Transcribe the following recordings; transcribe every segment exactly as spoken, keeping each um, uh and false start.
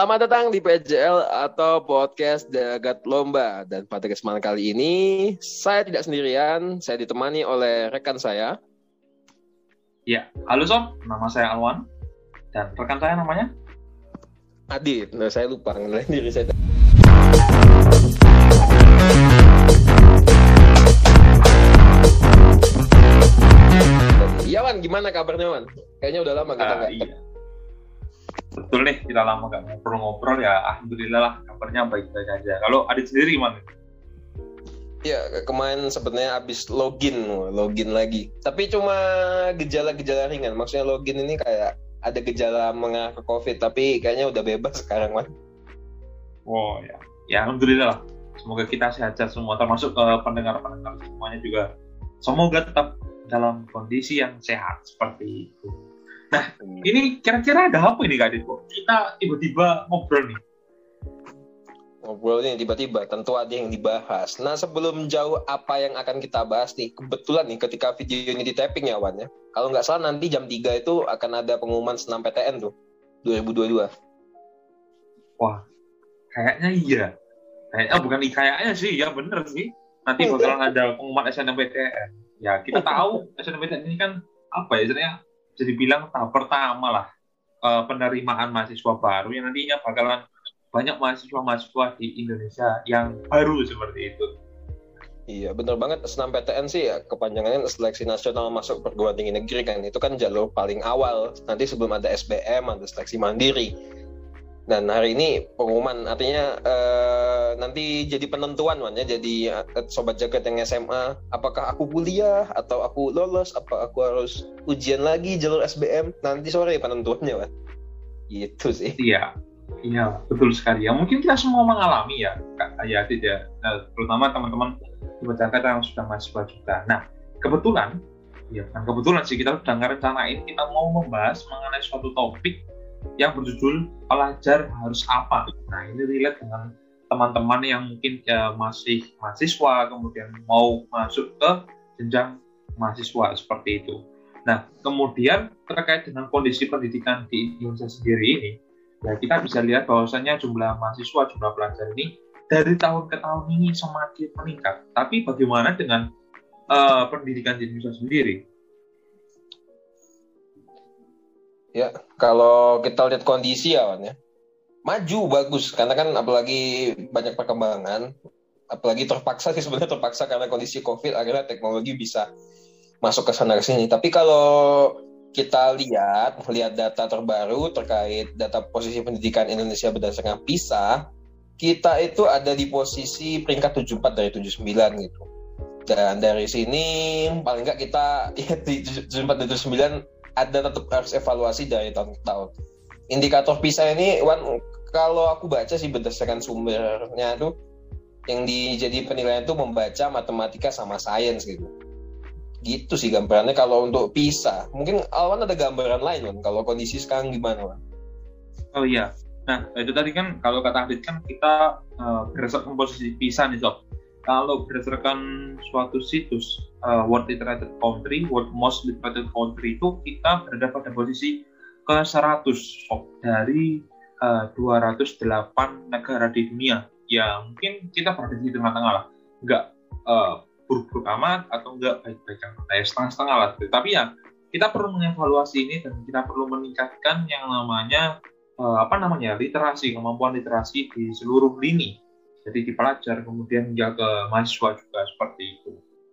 Selamat datang di P J L atau Podcast Jagat Lomba. Dan pada kesempatan kali ini, saya tidak sendirian, saya ditemani oleh rekan saya. Ya, halo Sob, nama saya Alwan. Dan rekan saya namanya? Adit, nah saya lupa mengenai diri saya. Iya Wan, gimana kabarnya Wan? Kayaknya udah lama kita nggak. Uh, iya. Betul nih, kita lama gak ngobrol-ngobrol ya. Alhamdulillah lah, kabarnya baik-baik aja. Kalau Adit sendiri gimana? Ya, kemarin sebenarnya abis login, login lagi. Tapi cuma gejala-gejala ringan. Maksudnya login ini kayak ada gejala mengarah ke COVID, tapi kayaknya udah bebas sekarang, Wan. Wow, ya. Ya, Alhamdulillah lah. Semoga kita sehat-sehat semua, termasuk uh, pendengar-pendengar semuanya juga. Semoga tetap dalam kondisi yang sehat seperti itu. Nah, ini kira-kira ada apa ini Kak Adit? Kita tiba-tiba ngobrol nih. Ngobrol nih tiba-tiba, tentu ada yang dibahas. Nah, sebelum jauh apa yang akan kita bahas nih, kebetulan nih ketika video ini di-tapping ya Wan ya. Kalau nggak salah nanti jam tiga itu akan ada pengumuman senam P T N tuh, dua ribu dua puluh dua. Wah, kayaknya iya. Kayaknya, bukan kayaknya sih, ya bener sih. Nanti bakalan ada pengumuman S N M P T N. Ya, kita tahu S N M P T N ini kan apa ya, sebenarnya bisa dibilang tahap pertama lah uh, penerimaan mahasiswa baru yang nantinya bakalan banyak mahasiswa-mahasiswa di Indonesia yang baru seperti itu. Iya benar banget, senam P T N sih ya kepanjangannya seleksi nasional masuk perguruan tinggi negeri kan, itu kan jalur paling awal nanti sebelum ada S B M, ada seleksi mandiri. Dan hari ini pengumuman artinya uh, nanti jadi penentuan Wan ya, jadi uh, sobat jagat yang S M A, apakah aku kuliah atau aku lolos, apa aku harus ujian lagi jalur S B M, nanti sore penentuannya Wan. Gitu sih. Iya, iya betul sekali. Ya mungkin kita semua mengalami ya, Kak Ayati ya, nah, terutama teman-teman sobat jagat yang sudah mahasiswa juga. Nah kebetulan, ya bukan kebetulan sih, kita sudah ngerencanain kita mau membahas mengenai suatu topik yang berjudul pelajar harus apa. Nah ini relate dengan teman-teman yang mungkin ya masih mahasiswa kemudian mau masuk ke jenjang mahasiswa seperti itu. Nah kemudian terkait dengan kondisi pendidikan di Indonesia sendiri ini, ya kita bisa lihat bahwasannya jumlah mahasiswa, jumlah pelajar ini dari tahun ke tahun ini semakin meningkat. Tapi bagaimana dengan uh, pendidikan di Indonesia sendiri? Ya, kalau kita lihat kondisi ya, Wan ya, maju bagus karena kan apalagi banyak perkembangan, apalagi terpaksa sih sebenarnya terpaksa karena kondisi COVID akhirnya teknologi bisa masuk ke sana ke sini. Tapi kalau kita lihat lihat data terbaru terkait data posisi pendidikan Indonesia berdasarkan PISA, kita itu ada di posisi peringkat tujuh puluh empat dari tujuh puluh sembilan gitu. Dan dari sini paling enggak kita ya, di tujuh puluh empat dari tujuh puluh sembilan ada tetap harus evaluasi dari tahun ke tahun. Indikator PISA ini, Wan, kalau aku baca sih berdasarkan sumbernya tuh, yang dijadi penilaian tuh membaca matematika sama sains gitu. Gitu sih gambarannya kalau untuk PISA. Mungkin Alwan ada gambaran lain, Wan, kalau kondisi sekarang gimana, Wan? Oh iya, nah itu tadi kan kalau kata Adit kan kita uh, berdasarkan posisi PISA nih Sob. Kalau berdasarkan suatu situs uh, World Literature Country, World Most Literature Country itu kita berada pada posisi ke seratus Sob, dari uh, dua ratus delapan negara di dunia. Ya mungkin kita berada di tengah-tengah lah, nggak uh, buruk-buruk amat atau nggak baik-baik amat, ya setengah-setengah lah. Tapi ya kita perlu mengevaluasi ini dan kita perlu meningkatkan yang namanya uh, apa namanya literasi, kemampuan literasi di seluruh lini. Jadi di pelajar, kemudian hingga ke mahasiswa juga seperti itu.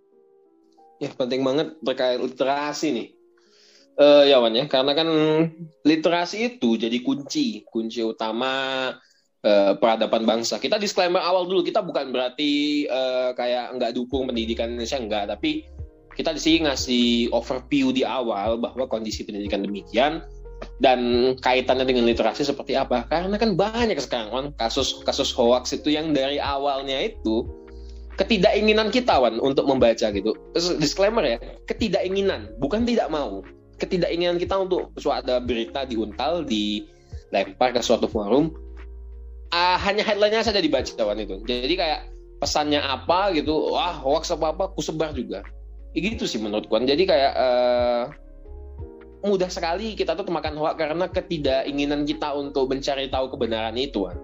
Ya penting banget terkait literasi nih. Uh, ya Wan ya, karena kan literasi itu jadi kunci, kunci utama uh, peradaban bangsa. Kita disclaimer awal dulu, kita bukan berarti uh, kayak nggak dukung pendidikan Indonesia, enggak. Tapi kita di sini ngasih overview di awal bahwa kondisi pendidikan demikian, dan kaitannya dengan literasi seperti apa, karena kan banyak sekarang Wan, kasus-kasus hoax itu yang dari awalnya itu ketidakinginan kita Wan untuk membaca gitu. Disclaimer ya, ketidakinginan, bukan tidak mau, ketidakinginan kita untuk suatu berita diuntal, dilempar ke suatu forum, uh, hanya headline-nya saja dibaca Wan itu. Jadi kayak pesannya apa gitu, wah hoax apa-apa, aku sebar juga. Gitu sih menurut Wan. Jadi kayak uh, mudah sekali kita tuh kemakan hoak karena ketidakinginan kita untuk mencari tahu kebenaran itu, Wan.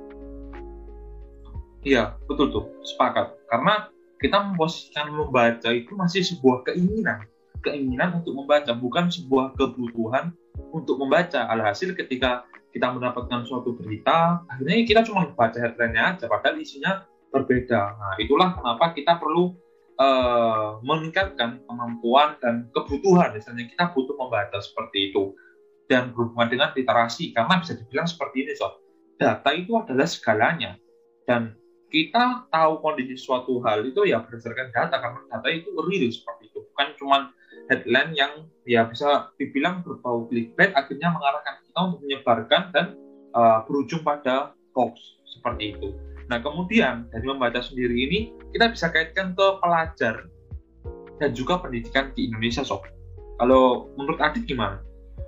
Iya, betul tuh, sepakat. Karena kita memposisikan membaca itu masih sebuah keinginan. Keinginan untuk membaca, bukan sebuah kebutuhan untuk membaca. Alhasil ketika kita mendapatkan suatu berita, akhirnya kita cuma membaca headline-nya aja, padahal isinya berbeda. Nah, itulah kenapa kita perlu uh, meningkatkan kemampuan dan kebutuhan. Misalnya kita butuh membaca seperti itu. Dan berhubungan dengan literasi, karena bisa dibilang seperti ini, Sob. Data itu adalah segalanya. Dan kita tahu kondisi suatu hal itu ya berdasarkan data, karena data itu real seperti itu, bukan cuma headline yang ya bisa dibilang berbau clickbait, akhirnya mengarahkan kita untuk menyebarkan dan uh, berujung pada hoax seperti itu. Nah, kemudian dari membaca sendiri ini kita bisa kaitkan ke pelajar dan juga pendidikan di Indonesia, Sob. Kalau menurut Adit gimana?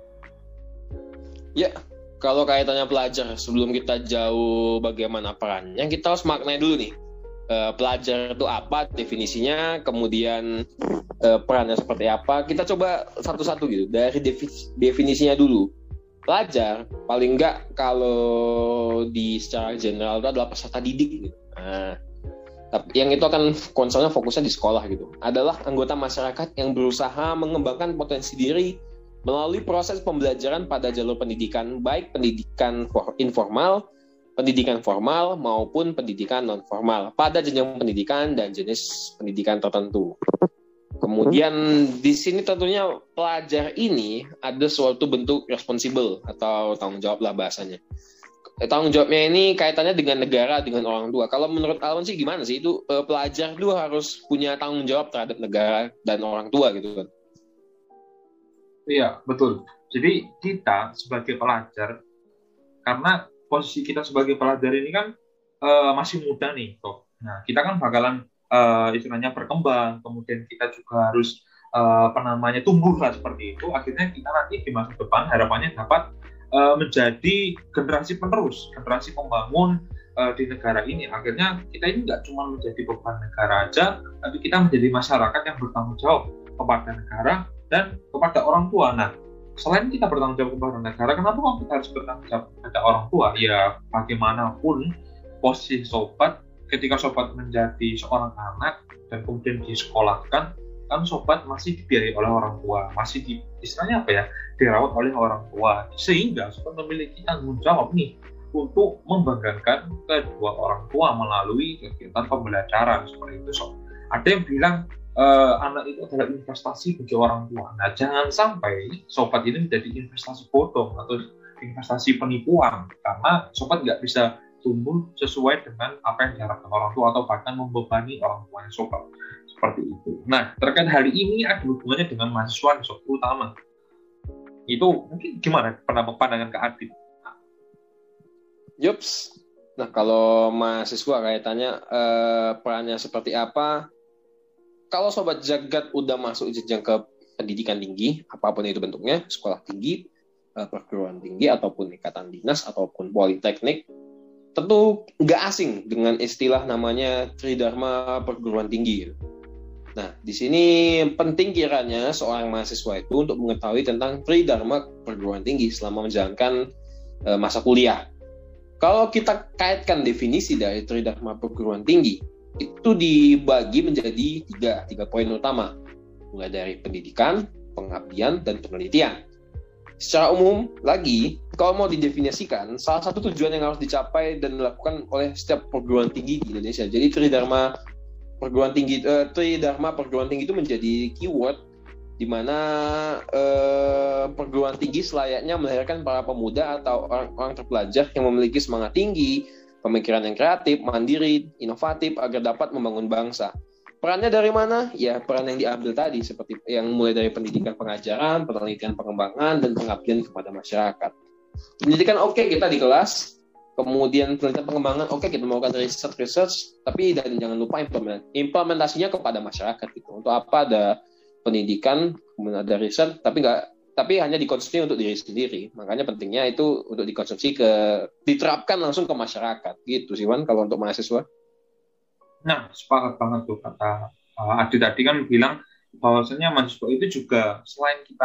Ya, kalau kaitannya pelajar, sebelum kita jauh bagaimana perannya, kita harus maknai dulu nih. Uh, pelajar itu apa, definisinya, kemudian uh, perannya seperti apa. Kita coba satu-satu gitu, dari defi- definisinya dulu. Pelajar, paling enggak kalau di secara general itu adalah peserta didik gitu. Nah, tapi yang itu akan konselnya fokusnya di sekolah gitu. Adalah anggota masyarakat yang berusaha mengembangkan potensi diri melalui proses pembelajaran pada jalur pendidikan, baik pendidikan informal, pendidikan formal, maupun pendidikan non-formal, pada jenjang pendidikan dan jenis pendidikan tertentu. Kemudian di sini tentunya pelajar ini ada suatu bentuk responsible atau tanggung jawab lah bahasanya. Tanggung jawabnya ini kaitannya dengan negara, dengan orang tua. Kalau menurut Alwan sih gimana sih itu eh, pelajar dulu harus punya tanggung jawab terhadap negara dan orang tua gitu kan? Iya, betul. Jadi kita sebagai pelajar, karena posisi kita sebagai pelajar ini kan uh, masih muda nih, toh. Nah, kita kan bakalan uh, istilahnya berkembang, kemudian kita juga harus uh, apa namanya tumbuh lah seperti itu. Akhirnya kita nanti di masa depan harapannya dapat uh, menjadi generasi penerus, generasi pembangun uh, di negara ini. Akhirnya kita ini nggak cuma menjadi beban negara aja, tapi kita menjadi masyarakat yang bertanggung jawab kepada negara dan kepada orang tua. Nah, selain kita bertanggung jawab kepada negara, kenapa kok kita harus bertanggung jawab kepada orang tua? Ya, bagaimanapun posisi sobat, ketika sobat menjadi seorang anak dan kemudian disekolahkan, kan sobat masih dibiayai oleh orang tua, masih di, istilahnya apa ya, dirawat oleh orang tua, sehingga sobat memiliki tanggung jawab nih untuk membanggakan kedua orang tua melalui kegiatan pembelajaran seperti itu. So, ada yang bilang Uh, anak itu adalah investasi bagi orang tua. Nah, jangan sampai sobat ini menjadi investasi bodong atau investasi penipuan, karena sobat nggak bisa tumbuh sesuai dengan apa yang diharapkan orang tua atau bahkan membebani orang tuanya sobat seperti itu. Nah, terkait hal ini ada hubungannya dengan mahasiswa sobat utama. Itu mungkin gimana pendapat pandangan Kak Adit? Yups. Nah, kalau mahasiswa kaitannya uh, perannya seperti apa? Kalau sobat jagat udah masuk jenjang ke pendidikan tinggi, apapun itu bentuknya, sekolah tinggi, perguruan tinggi, ataupun ikatan dinas, ataupun politeknik, tentu nggak asing dengan istilah namanya Tridharma perguruan tinggi. Nah, di sini penting kiranya seorang mahasiswa itu untuk mengetahui tentang Tridharma perguruan tinggi selama menjalankan uh, masa kuliah. Kalau kita kaitkan definisi dari Tridharma perguruan tinggi, itu dibagi menjadi tiga, tiga poin utama, mulai dari pendidikan, pengabdian, dan penelitian. Secara umum lagi, kalau mau didefinisikan, salah satu tujuan yang harus dicapai dan dilakukan oleh setiap perguruan tinggi di Indonesia. Jadi Tridharma perguruan tinggi, eh, Tridharma perguruan tinggi itu menjadi keyword di mana eh, perguruan tinggi selayaknya melahirkan para pemuda atau orang-orang terpelajar yang memiliki semangat tinggi, pemikiran yang kreatif, mandiri, inovatif agar dapat membangun bangsa. Perannya dari mana? Ya, peran yang diambil tadi seperti yang mulai dari pendidikan pengajaran, penelitian pengembangan, dan pengabdian kepada masyarakat. Pendidikan oke okay, kita di kelas, kemudian penelitian pengembangan oke okay, kita melakukan research research, tapi dan jangan lupa implementasinya kepada masyarakat gitu. Untuk apa ada pendidikan, kemudian ada research, tapi nggak tapi hanya dikonsumsi untuk diri sendiri. Makanya pentingnya itu untuk dikonsumsi ke diterapkan langsung ke masyarakat gitu sih, Wan, kalau untuk mahasiswa. Nah, sepakat banget tuh kata uh, Adi tadi kan bilang bahwasanya mahasiswa itu juga selain kita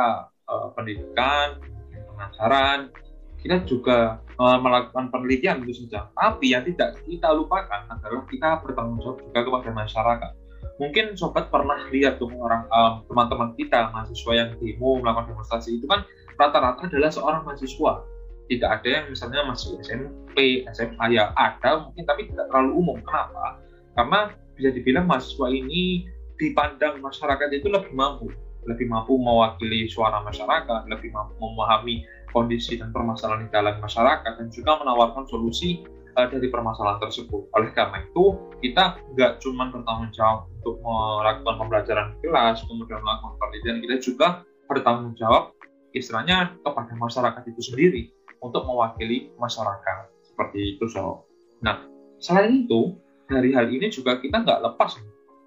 uh, pendidikan, pengajaran, kita juga uh, melakukan penelitian tentu saja. Tapi yang tidak kita lupakan adalah kita bertanggung jawab juga kepada masyarakat. Mungkin sobat pernah lihat tuh orang um, teman-teman kita mahasiswa yang demo melakukan demonstrasi itu kan rata-rata adalah seorang mahasiswa. Tidak ada yang misalnya masih S M P, S M A, ya ada mungkin tapi tidak terlalu umum. Kenapa? Karena bisa dibilang mahasiswa ini dipandang masyarakat itu lebih mampu, lebih mampu mewakili suara masyarakat, lebih mampu memahami kondisi dan permasalahan di dalam masyarakat dan juga menawarkan solusi uh, dari permasalahan tersebut. Oleh karena itu, kita nggak cuma bertanggung jawab untuk melakukan pembelajaran di kelas, kemudian melakukan penelitian, kita juga bertanggung jawab istilahnya kepada masyarakat itu sendiri untuk mewakili masyarakat. Seperti itu, so. Nah, selain itu, dari hal ini juga kita nggak lepas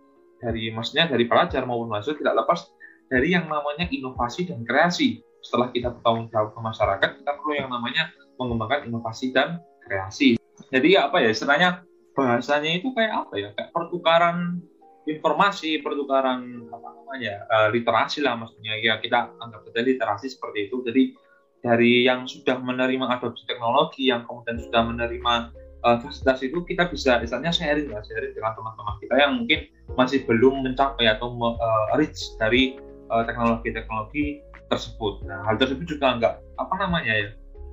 dari, maksudnya dari pelajar maupun mahasiswa tidak lepas dari yang namanya inovasi dan kreasi. Setelah kita bertanggung jawab ke masyarakat, kita perlu yang namanya mengembangkan inovasi dan kreasi. Jadi apa ya, istilahnya bahasanya itu kayak apa ya, kayak pertukaran informasi, pertukaran apa namanya, uh, literasi lah maksudnya. Ya kita anggap saja literasi seperti itu. Jadi dari yang sudah menerima adopsi teknologi, yang kemudian sudah menerima uh, fasilitas itu, kita bisa istilahnya sharing lah, sharing dengan teman-teman kita yang mungkin masih belum mencapai atau uh, reach dari uh, teknologi-teknologi tersebut. Nah, hal tersebut juga nggak apa namanya ya,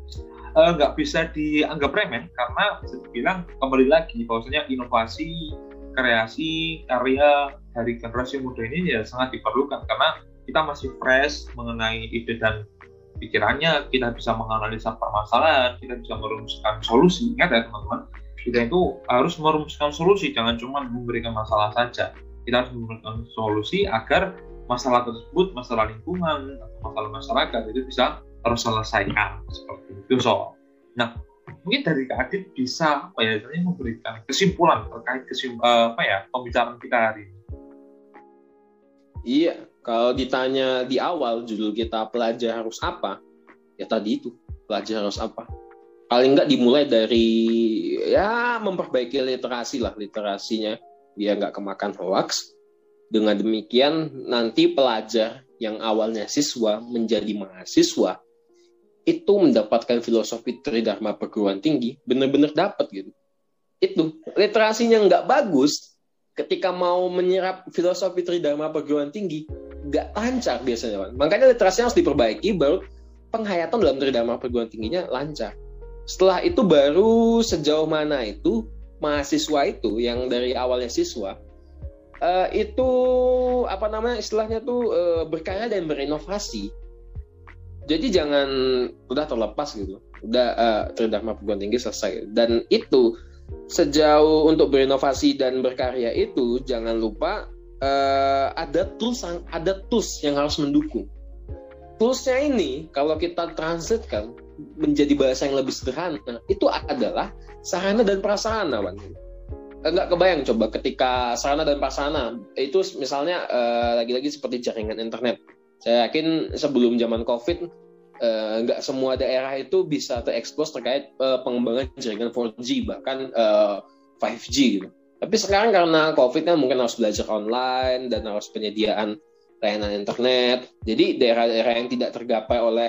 uh, nggak bisa dianggap remeh karena bisa dibilang kembali lagi bahwasanya inovasi, kreasi, karya dari generasi muda ini ya sangat diperlukan karena kita masih fresh mengenai ide dan pikirannya, kita bisa menganalisa permasalahan, kita bisa merumuskan solusi. Ingat ya teman-teman, kita itu harus merumuskan solusi, jangan cuma memberikan masalah saja. Kita harus memberikan solusi agar masalah tersebut, masalah lingkungan atau masalah masyarakat itu bisa terselesaikan seperti itu. So, nah mungkin dari Kak Adit bisa apa ya, memberikan kesimpulan terkait kesim, uh, apa ya pembicaraan kita hari ini. Iya, kalau ditanya di awal judul kita pelajar harus apa, ya tadi itu pelajar harus apa. Paling nggak dimulai dari ya memperbaiki literasi lah, literasinya biar nggak kemakan hoax. Dengan demikian nanti pelajar yang awalnya siswa menjadi mahasiswa itu mendapatkan filosofi Tridharma perguruan tinggi, benar-benar dapat gitu. Itu literasinya nggak bagus, ketika mau menyerap filosofi Tridharma perguruan tinggi nggak lancar biasanya, kan? Makanya literasinya harus diperbaiki, baru penghayatan dalam Tridharma perguruan tingginya lancar. Setelah itu baru sejauh mana itu mahasiswa itu yang dari awalnya siswa uh, itu apa namanya istilahnya tuh uh, berkarya dan berinovasi. Jadi jangan udah terlepas gitu, udah uh, Tridharma perguruan tinggi selesai. Dan itu sejauh untuk berinovasi dan berkarya itu jangan lupa uh, ada tools, ada tools yang harus mendukung. Toolsnya ini kalau kita translatekan menjadi bahasa yang lebih sederhana, itu adalah sarana dan prasarana, Wan. Enggak kebayang coba ketika sarana dan prasarana itu misalnya uh, lagi-lagi seperti jaringan internet. Saya yakin sebelum zaman COVID uh, nggak semua daerah itu bisa terekspos terkait uh, pengembangan jaringan four G bahkan uh, five G gitu. Tapi sekarang karena COVID kan mungkin harus belajar online dan harus penyediaan layanan internet. Jadi daerah-daerah yang tidak tergapai oleh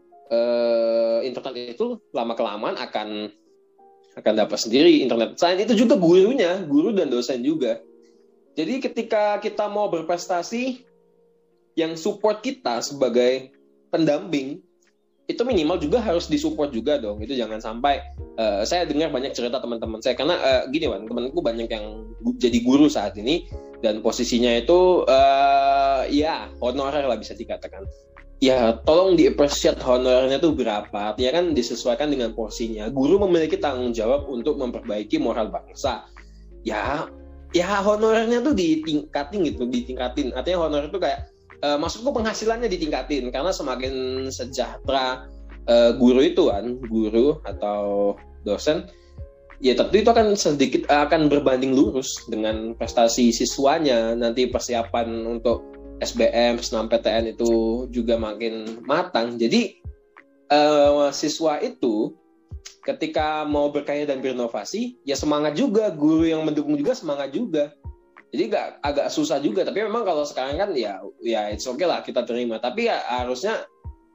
uh, internet itu lama-kelamaan akan akan dapat sendiri internet. Selain itu juga gurunya, guru dan dosen juga. Jadi ketika kita mau berprestasi, yang support kita sebagai pendamping itu minimal juga harus disupport juga dong. Itu jangan sampai uh, saya dengar banyak cerita teman-teman saya karena uh, gini Wan, temanku banyak yang jadi guru saat ini dan posisinya itu uh, ya honorer lah bisa dikatakan. Ya tolong di-appreciate honornya tuh berapa. Artinya kan disesuaikan dengan porsinya. Guru memiliki tanggung jawab untuk memperbaiki moral bangsa. Ya ya honornya tuh ditingkatin gitu, ditingkatin. Artinya honor itu kayak Uh, maksudku penghasilannya ditingkatin karena semakin sejahtera uh, guru itu kan, guru atau dosen, ya tentu itu akan sedikit akan berbanding lurus dengan prestasi siswanya. Nanti persiapan untuk S B M, S N M P T N itu juga makin matang. Jadi uh, siswa itu ketika mau berkarya dan berinovasi, ya semangat juga, guru yang mendukung juga semangat juga. Jadi gak, agak susah juga, tapi memang kalau sekarang kan ya ya it's okay lah kita terima. Tapi ya harusnya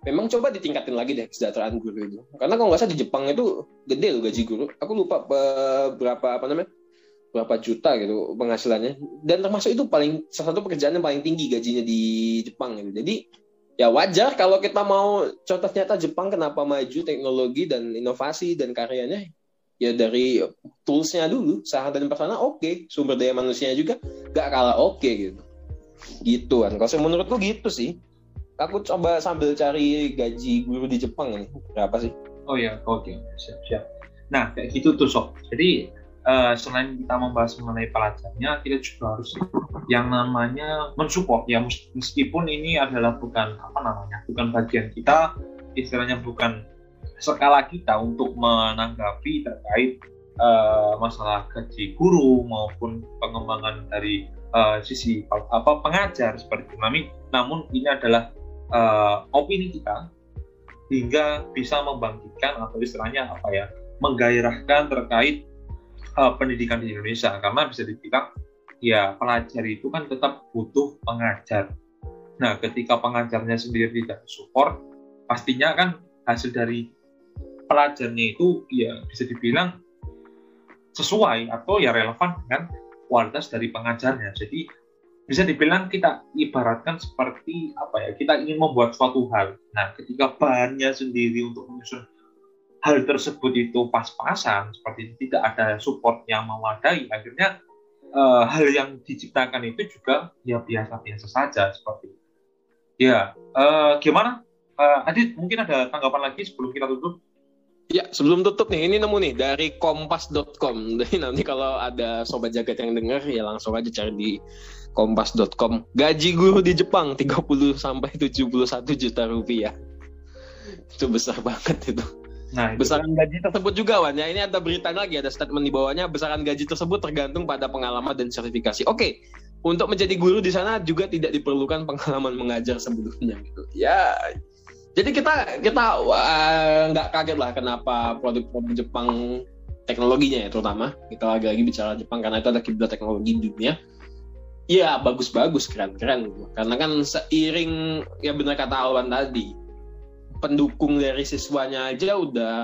memang coba ditingkatin lagi deh kesejahteraan guru itu. Karena kalau nggak salah di Jepang itu gede loh gaji guru. Aku lupa berapa apa namanya berapa juta gitu penghasilannya. Dan termasuk itu paling salah satu pekerjaan yang paling tinggi gajinya di Jepang gitu. Jadi ya wajar kalau kita mau contoh nyata Jepang kenapa maju teknologi dan inovasi dan karyanya ya dari toolsnya dulu, sarana dan prasarana oke, okay. Sumber daya manusianya juga gak kalah oke okay, gitu. Gitu kan. Kalau menurutku gitu sih. Aku coba sambil cari gaji guru di Jepang ini berapa sih? Oh ya, oke, okay. siap siap. Nah kayak gitu tuh Sob. Jadi uh, selain kita membahas mengenai pelajarnya, kita juga harus yang namanya mensupport ya, meskipun ini adalah bukan apa namanya, bukan bagian kita, istilahnya bukan skala kita untuk menanggapi terkait uh, masalah gaji guru maupun pengembangan dari uh, sisi apa pengajar seperti itu. Namun ini adalah uh, opini kita hingga bisa membangkitkan atau istilahnya apa ya, menggairahkan terkait uh, pendidikan di Indonesia, karena bisa dibilang ya pelajar itu kan tetap butuh pengajar. Nah ketika pengajarnya sendiri tidak support, pastinya kan hasil dari pelajarnya itu ya bisa dibilang sesuai atau ya relevan dengan kualitas dari pengajarnya. Jadi bisa dibilang kita ibaratkan seperti apa ya, kita ingin membuat suatu hal. Nah ketika bahannya sendiri untuk menyusun hal tersebut itu pas-pasan, seperti tidak ada support yang memadai, akhirnya uh, hal yang diciptakan itu juga ya biasa-biasa saja seperti itu. Ya uh, gimana uh, Adit, mungkin ada tanggapan lagi sebelum kita tutup? Ya, sebelum tutup nih, ini nemu nih dari kompas dot com. Jadi nanti kalau ada sobat jagat yang dengar, ya langsung aja cari di kompas dot com. Gaji guru di Jepang tiga puluh sampai tujuh puluh satu juta rupiah. Itu besar banget itu. Nah, itu besaran itu. Gaji tersebut juga, Wan. Ya, ini ada berita lagi, ada statement di bawahnya. Besaran gaji tersebut tergantung pada pengalaman dan sertifikasi. Oke, untuk menjadi guru di sana juga tidak diperlukan pengalaman mengajar sebelumnya. Gitu. Ya. Jadi kita kita nggak uh, kaget lah kenapa produk-produk Jepang teknologinya ya terutama, kita lagi-lagi bicara Jepang karena itu ada kiblat teknologi dunia. Ya bagus-bagus, keren-keren gitu. Karena kan seiring ya benar kata Alwan tadi, pendukung dari siswanya aja udah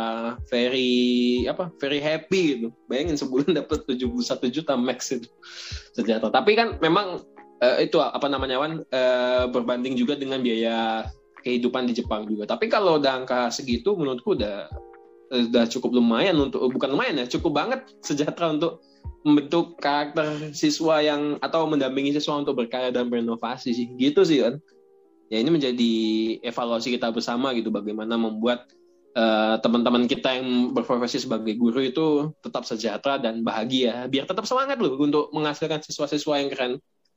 very apa very happy gitu. Bayangin sebulan dapat tujuh puluh satu juta max itu sejahtera. Tapi kan memang uh, itu apa namanya Wan uh, berbanding juga dengan biaya kehidupan di Jepang juga. Tapi kalau udah angka segitu menurutku udah udah cukup lumayan untuk bukan lumayan ya, cukup banget sejahtera untuk membentuk karakter siswa yang atau mendampingi siswa untuk berkarya dan berinovasi sih. Gitu sih kan. Ya ini menjadi evaluasi kita bersama gitu, bagaimana membuat uh, teman-teman kita yang berprofesi sebagai guru itu tetap sejahtera dan bahagia, biar tetap semangat loh untuk menghasilkan siswa-siswa yang keren.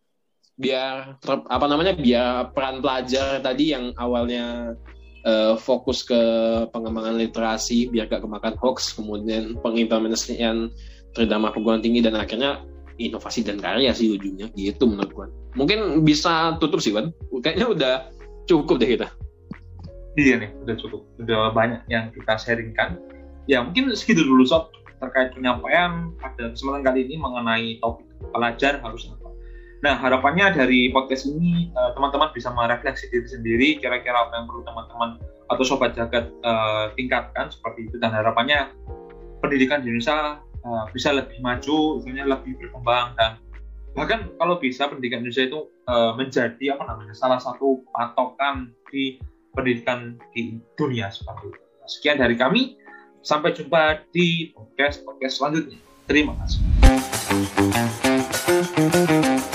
Biar apa namanya biar peran pelajar tadi yang awalnya uh, fokus ke pengembangan literasi biar gak kemakan hoax, kemudian pengimplementasian terdama perguruan tinggi dan akhirnya inovasi dan karya sih ujungnya gitu menurut gue. Mungkin bisa tutup sih Wan, kayaknya udah cukup deh kita. Iya nih udah cukup, udah banyak yang kita sharingkan ya. Mungkin segitu dulu Sob terkait penyampaian pada kesempatan kali ini mengenai topik pelajar harus apa. Nah, harapannya dari podcast ini uh, teman-teman bisa merefleksi diri sendiri kira-kira apa yang perlu teman-teman atau sobat jagat uh, tingkatkan seperti itu, dan harapannya pendidikan di Indonesia uh, bisa lebih maju, misalnya lebih berkembang, dan bahkan kalau bisa pendidikan Indonesia itu uh, menjadi apa namanya salah satu patokan di pendidikan di dunia seperti itu. Sekian dari kami, sampai jumpa di podcast podcast selanjutnya. Terima kasih.